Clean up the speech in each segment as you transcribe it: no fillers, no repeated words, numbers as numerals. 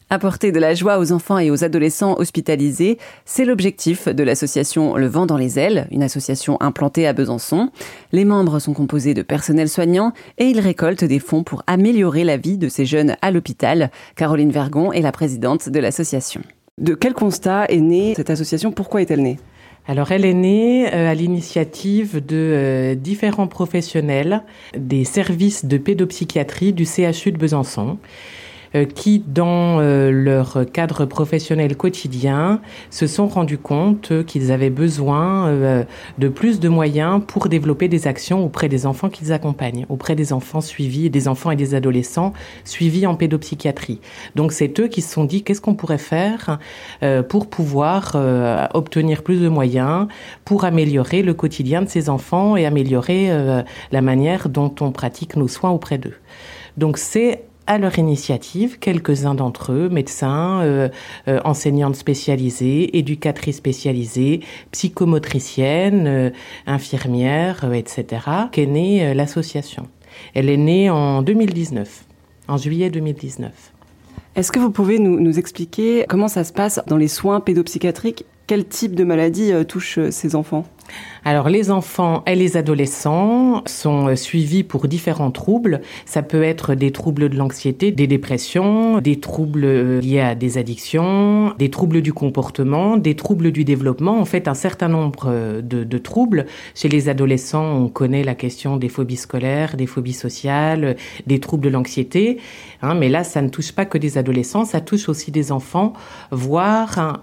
Apporter de la joie aux enfants et aux adolescents hospitalisés, c'est l'objectif de l'association Le Vent dans les ailes, une association implantée à Besançon. Les membres sont composés de personnel soignant et ils récoltent des fonds pour améliorer la vie de ces jeunes à l'hôpital. Caroline Vergon est la présidente de l'association. De quel constat est née cette association ? Pourquoi est-elle née ? Alors, elle est née à l'initiative de différents professionnels des services de pédopsychiatrie du CHU de Besançon, qui, dans leur cadre professionnel quotidien, se sont rendus compte qu'ils avaient besoin de plus de moyens pour développer des actions auprès des enfants qu'ils accompagnent, auprès des enfants suivis, des enfants et des adolescents suivis en pédopsychiatrie. Donc, c'est eux qui se sont dit qu'est-ce qu'on pourrait faire pour pouvoir obtenir plus de moyens, pour améliorer le quotidien de ces enfants et améliorer la manière dont on pratique nos soins auprès d'eux. Donc, c'est à leur initiative, quelques-uns d'entre eux, médecins, enseignantes spécialisées, éducatrices spécialisées, psychomotriciennes, infirmières, etc., qu'est née l'association. Elle est née en 2019, en juillet 2019. Est-ce que vous pouvez nous expliquer comment ça se passe dans les soins pédopsychiatriques ? Quel type de maladie touche ces enfants ? Alors, les enfants et les adolescents sont suivis pour différents troubles. Ça peut être des troubles de l'anxiété, des dépressions, des troubles liés à des addictions, des troubles du comportement, des troubles du développement. En fait, un certain nombre de troubles. Chez les adolescents, on connaît la question des phobies scolaires, des phobies sociales, des troubles de l'anxiété. Mais là, ça ne touche pas que des adolescents, ça touche aussi des enfants, voire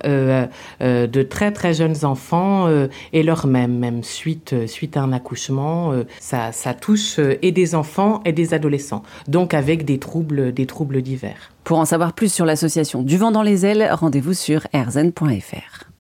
de très très jeunes enfants et leurs mères. Même suite à un accouchement, ça touche et des enfants et des adolescents, donc avec des troubles divers. Pour en savoir plus sur l'association Du Vent dans les ailes, rendez-vous sur rzn.fr.